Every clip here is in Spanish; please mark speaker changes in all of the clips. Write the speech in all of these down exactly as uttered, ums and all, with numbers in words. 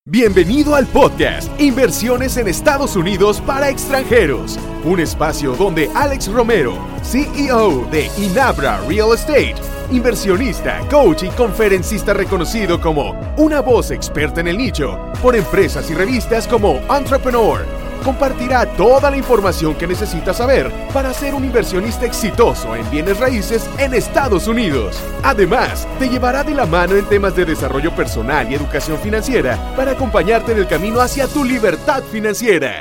Speaker 1: Bienvenido al podcast Inversiones en Estados Unidos para extranjeros, un espacio donde Alex Romero, C E O de Inabra Real Estate, inversionista, coach y conferencista reconocido como una voz experta en el nicho por empresas y revistas como Entrepreneur, compartirá toda la información que necesitas saber para ser un inversionista exitoso en bienes raíces en Estados Unidos. Además, te llevará de la mano en temas de desarrollo personal y educación financiera para acompañarte en el camino hacia tu libertad financiera.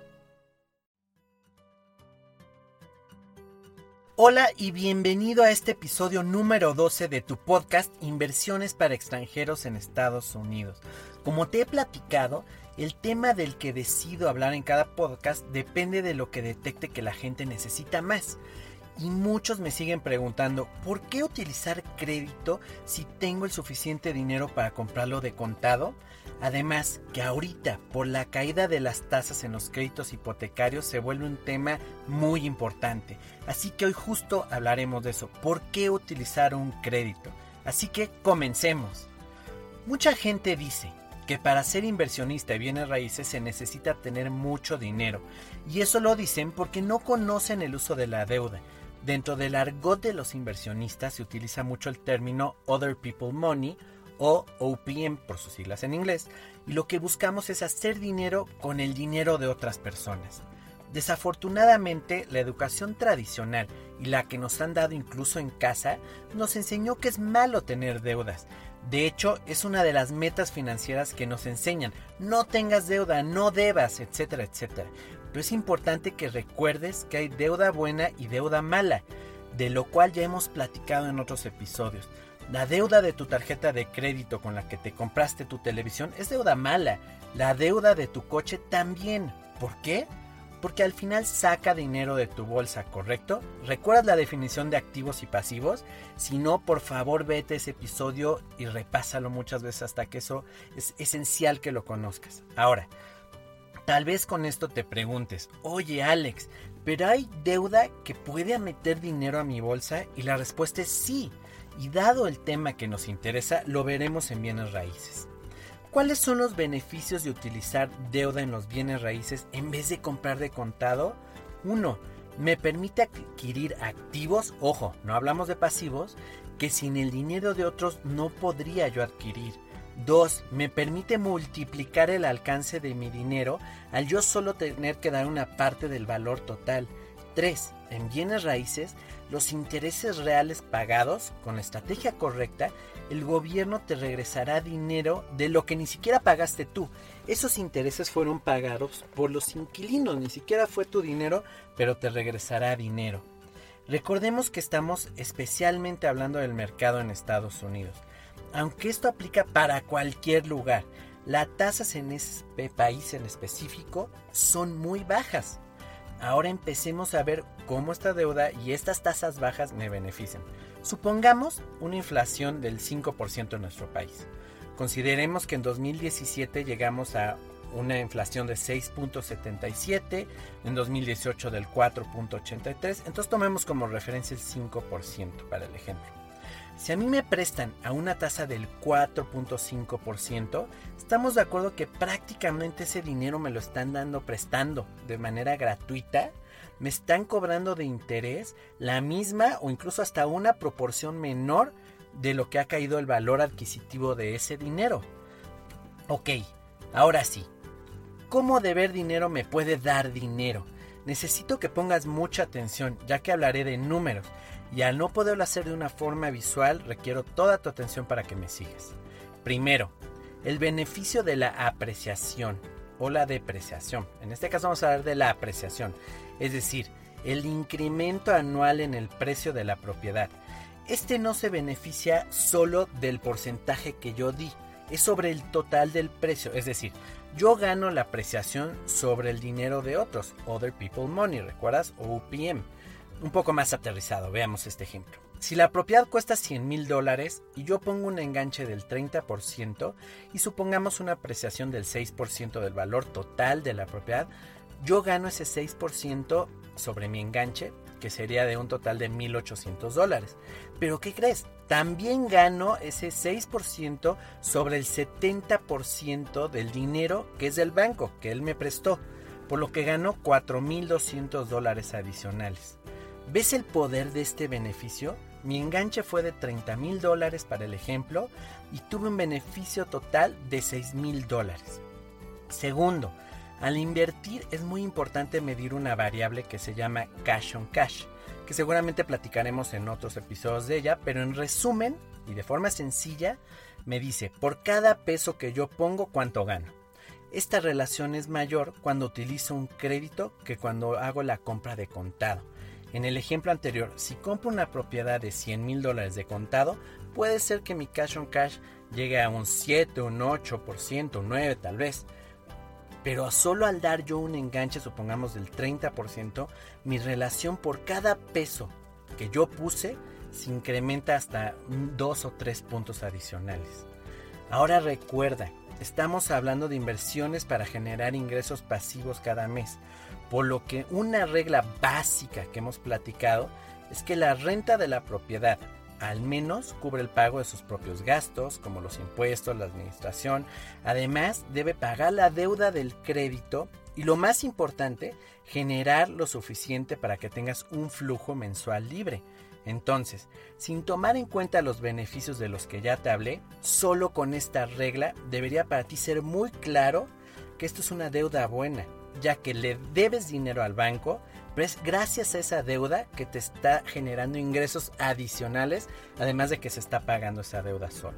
Speaker 2: Hola y bienvenido a este episodio número doce de tu podcast Inversiones para extranjeros en Estados Unidos. Como te he platicado, el tema del que decido hablar en cada podcast depende de lo que detecte que la gente necesita más. Y muchos me siguen preguntando, ¿por qué utilizar crédito si tengo el suficiente dinero para comprarlo de contado? Además, que ahorita, por la caída de las tasas en los créditos hipotecarios, se vuelve un tema muy importante. Así que hoy justo hablaremos de eso. ¿Por qué utilizar un crédito? Así que comencemos. Mucha gente dice que para ser inversionista de bienes raíces se necesita tener mucho dinero. Y eso lo dicen porque no conocen el uso de la deuda. Dentro del argot de los inversionistas se utiliza mucho el término Other People Money o O P M por sus siglas en inglés. Y lo que buscamos es hacer dinero con el dinero de otras personas. Desafortunadamente, la educación tradicional y la que nos han dado incluso en casa nos enseñó que es malo tener deudas. De hecho, es una de las metas financieras que nos enseñan. No tengas deuda, no debas, etcétera, etcétera. Pero es importante que recuerdes que hay deuda buena y deuda mala, de lo cual ya hemos platicado en otros episodios. La deuda de tu tarjeta de crédito con la que te compraste tu televisión es deuda mala. La deuda de tu coche también. ¿Por qué? Porque al final saca dinero de tu bolsa, ¿correcto? ¿Recuerdas la definición de activos y pasivos? Si no, por favor vete ese episodio y repásalo muchas veces hasta que eso es esencial que lo conozcas. Ahora, tal vez con esto te preguntes, oye Alex, ¿pero hay deuda que puede meter dinero a mi bolsa? Y la respuesta es sí. Y dado el tema que nos interesa, lo veremos en bienes raíces. ¿Cuáles son los beneficios de utilizar deuda en los bienes raíces en vez de comprar de contado? Uno, me permite adquirir activos, ojo, no hablamos de pasivos, que sin el dinero de otros no podría yo adquirir. Dos, me permite multiplicar el alcance de mi dinero al yo solo tener que dar una parte del valor total. Tres, en bienes raíces, los intereses reales pagados, con la estrategia correcta, el gobierno te regresará dinero de lo que ni siquiera pagaste tú. Esos intereses fueron pagados por los inquilinos, ni siquiera fue tu dinero, pero te regresará dinero. Recordemos que estamos especialmente hablando del mercado en Estados Unidos. Aunque esto aplica para cualquier lugar, las tasas en ese país en específico son muy bajas. Ahora empecemos a ver cómo esta deuda y estas tasas bajas me benefician. Supongamos una inflación del cinco por ciento en nuestro país. Consideremos que en dos mil diecisiete llegamos a una inflación de seis punto setenta y siete, en dos mil dieciocho del cuatro punto ochenta y tres, entonces tomemos como referencia el cinco por ciento para el ejemplo. Si a mí me prestan a una tasa del cuatro punto cinco por ciento, estamos de acuerdo que prácticamente ese dinero me lo están dando prestando de manera gratuita, me están cobrando de interés la misma o incluso hasta una proporción menor de lo que ha caído el valor adquisitivo de ese dinero. Ok, ahora sí, ¿cómo deber dinero me puede dar dinero? Necesito que pongas mucha atención, ya que hablaré de números. Y al no poderlo hacer de una forma visual, requiero toda tu atención para que me sigas. Primero, el beneficio de la apreciación o la depreciación. En este caso vamos a hablar de la apreciación, es decir, el incremento anual en el precio de la propiedad. Este no se beneficia solo del porcentaje que yo di, es sobre el total del precio, es decir, yo gano la apreciación sobre el dinero de otros, Other People Money, ¿recuerdas? O P M. Un poco más aterrizado, veamos este ejemplo. Si la propiedad cuesta cien mil dólares y yo pongo un enganche del treinta por ciento y supongamos una apreciación del seis por ciento del valor total de la propiedad, yo gano ese seis por ciento sobre mi enganche, que sería de un total de mil ochocientos dólares. Pero ¿qué crees? también gano ese seis por ciento sobre el setenta por ciento del dinero que es del banco, que él me prestó, por lo que gano cuatro mil doscientos dólares adicionales. ¿Ves el poder de este beneficio? Mi enganche fue de treinta mil dólares para el ejemplo y tuve un beneficio total de seis mil dólares. Segundo, al invertir es muy importante medir una variable que se llama cash on cash, que seguramente platicaremos en otros episodios de ella, pero en resumen y de forma sencilla me dice por cada peso que yo pongo cuánto gano. Esta relación es mayor cuando utilizo un crédito que cuando hago la compra de contado. En el ejemplo anterior, si compro una propiedad de cien mil dólares de contado, puede ser que mi cash on cash llegue a un siete, un ocho por ciento, un nueve por ciento tal vez. Pero solo al dar yo un enganche, supongamos del treinta por ciento, mi relación por cada peso que yo puse se incrementa hasta dos o tres puntos adicionales. Ahora recuerda, estamos hablando de inversiones para generar ingresos pasivos cada mes, por lo que una regla básica que hemos platicado es que la renta de la propiedad al menos cubre el pago de sus propios gastos, como los impuestos, la administración. Además, debe pagar la deuda del crédito y, lo más importante, generar lo suficiente para que tengas un flujo mensual libre. Entonces, sin tomar en cuenta los beneficios de los que ya te hablé, solo con esta regla debería para ti ser muy claro que esto es una deuda buena, ya que le debes dinero al banco, pero es gracias a esa deuda que te está generando ingresos adicionales, además de que se está pagando esa deuda sola.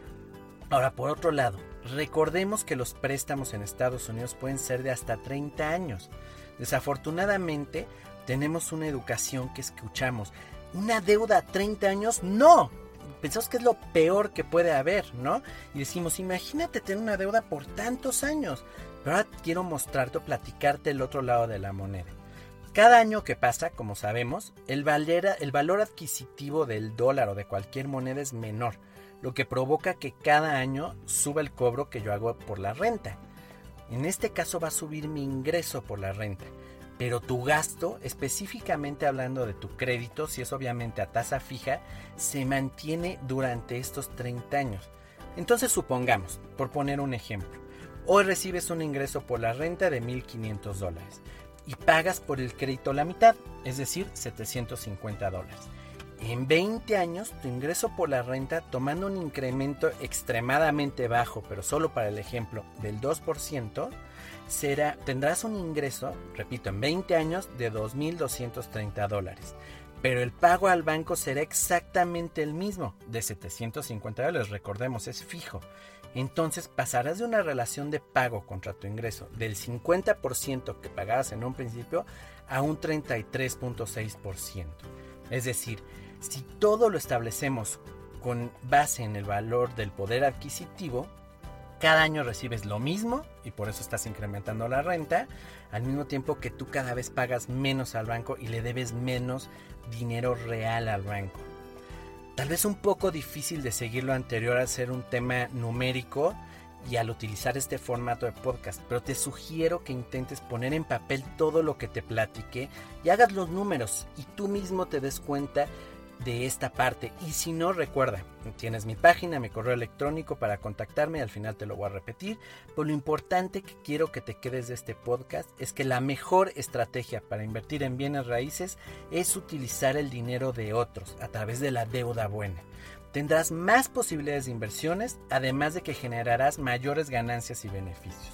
Speaker 2: Ahora, por otro lado, recordemos que los préstamos en Estados Unidos pueden ser de hasta treinta años. Desafortunadamente, tenemos una educación que escuchamos. ¿Una deuda a treinta años? ¡No! Pensamos que es lo peor que puede haber, ¿no? Y decimos, imagínate tener una deuda por tantos años. Pero ahora quiero mostrarte o platicarte el otro lado de la moneda. Cada año que pasa, como sabemos, el, valera, el valor adquisitivo del dólar o de cualquier moneda es menor, lo que provoca que cada año suba el cobro que yo hago por la renta. En este caso va a subir mi ingreso por la renta, pero tu gasto, específicamente hablando de tu crédito, si es obviamente a tasa fija, se mantiene durante estos treinta años. Entonces supongamos, por poner un ejemplo, hoy recibes un ingreso por la renta de mil quinientos dólares. Y pagas por el crédito la mitad, es decir, setecientos cincuenta dólares. En veinte años, tu ingreso por la renta, tomando un incremento extremadamente bajo, pero solo para el ejemplo del dos por ciento, será, tendrás un ingreso, repito, en veinte años de dos mil doscientos treinta dólares. Pero el pago al banco será exactamente el mismo, de setecientos cincuenta dólares, recordemos, es fijo. Entonces pasarás de una relación de pago contra tu ingreso del cincuenta por ciento que pagabas en un principio a un treinta y tres punto seis por ciento. Es decir, si todo lo establecemos con base en el valor del poder adquisitivo, cada año recibes lo mismo y por eso estás incrementando la renta, al mismo tiempo que tú cada vez pagas menos al banco y le debes menos dinero real al banco. Tal vez un poco difícil de seguir lo anterior al ser un tema numérico y al utilizar este formato de podcast, pero te sugiero que intentes poner en papel todo lo que te platiqué y hagas los números y tú mismo te des cuenta de esta parte. Y si no, recuerda, tienes mi página, mi correo electrónico para contactarme, al final te lo voy a repetir, pero lo importante que quiero que te quedes de este podcast es que la mejor estrategia para invertir en bienes raíces es utilizar el dinero de otros a través de la deuda buena. Tendrás más posibilidades de inversiones, además de que generarás mayores ganancias y beneficios.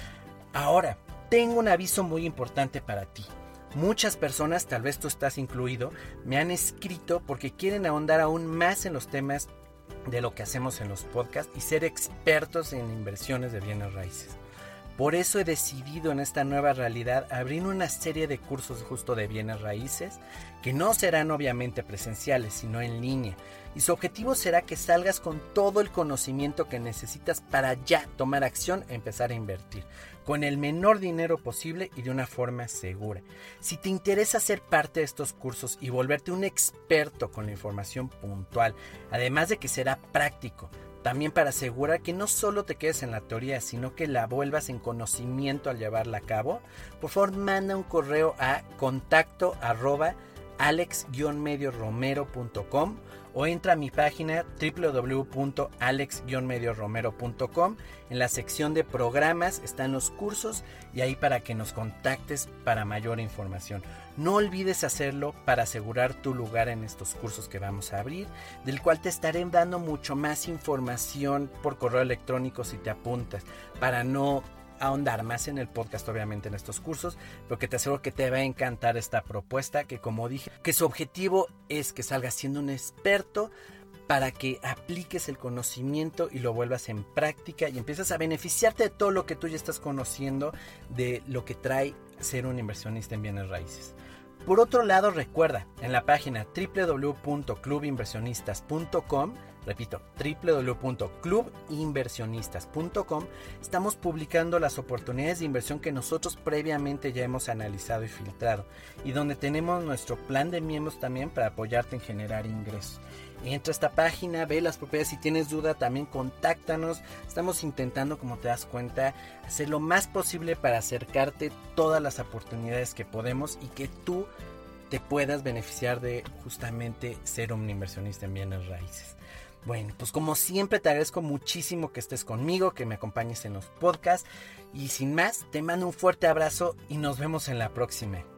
Speaker 2: Ahora, tengo un aviso muy importante para ti. Muchas personas, tal vez tú estás incluido, me han escrito porque quieren ahondar aún más en los temas de lo que hacemos en los podcasts y ser expertos en inversiones de bienes raíces. Por eso he decidido en esta nueva realidad abrir una serie de cursos justo de bienes raíces que no serán obviamente presenciales, sino en línea. Y su objetivo será que salgas con todo el conocimiento que necesitas para ya tomar acción e empezar a invertir, con el menor dinero posible y de una forma segura. Si te interesa ser parte de estos cursos y volverte un experto con la información puntual, además de que será práctico, también para asegurar que no solo te quedes en la teoría, sino que la vuelvas en conocimiento al llevarla a cabo, por favor manda un correo a contacto arroba alex guion medio romero punto com o entra a mi página doble u doble u doble u punto alex guion medio romero punto com. En la sección de programas están los cursos y ahí para que nos contactes para mayor información. No olvides hacerlo para asegurar tu lugar en estos cursos que vamos a abrir, del cual te estaré dando mucho más información por correo electrónico si te apuntas, para no ahondar más en el podcast, obviamente en estos cursos, porque te aseguro que te va a encantar esta propuesta, que como dije, que su objetivo es que salgas siendo un experto para que apliques el conocimiento y lo vuelvas en práctica y empiezas a beneficiarte de todo lo que tú ya estás conociendo, de lo que trae ser un inversionista en bienes raíces. Por otro lado, recuerda, en la página doble u doble u doble u punto club inversionistas punto com, repito, doble u doble u doble u punto club inversionistas punto com, estamos publicando las oportunidades de inversión que nosotros previamente ya hemos analizado y filtrado, y donde tenemos nuestro plan de miembros también para apoyarte en generar ingresos. Entra a esta página, ve las propiedades, si tienes duda también contáctanos. Estamos intentando, como te das cuenta, hacer lo más posible para acercarte todas las oportunidades que podemos y que tú te puedas beneficiar de justamente ser un inversionista en bienes raíces. Bueno, pues como siempre te agradezco muchísimo que estés conmigo, que me acompañes en los podcasts y sin más, te mando un fuerte abrazo y nos vemos en la próxima.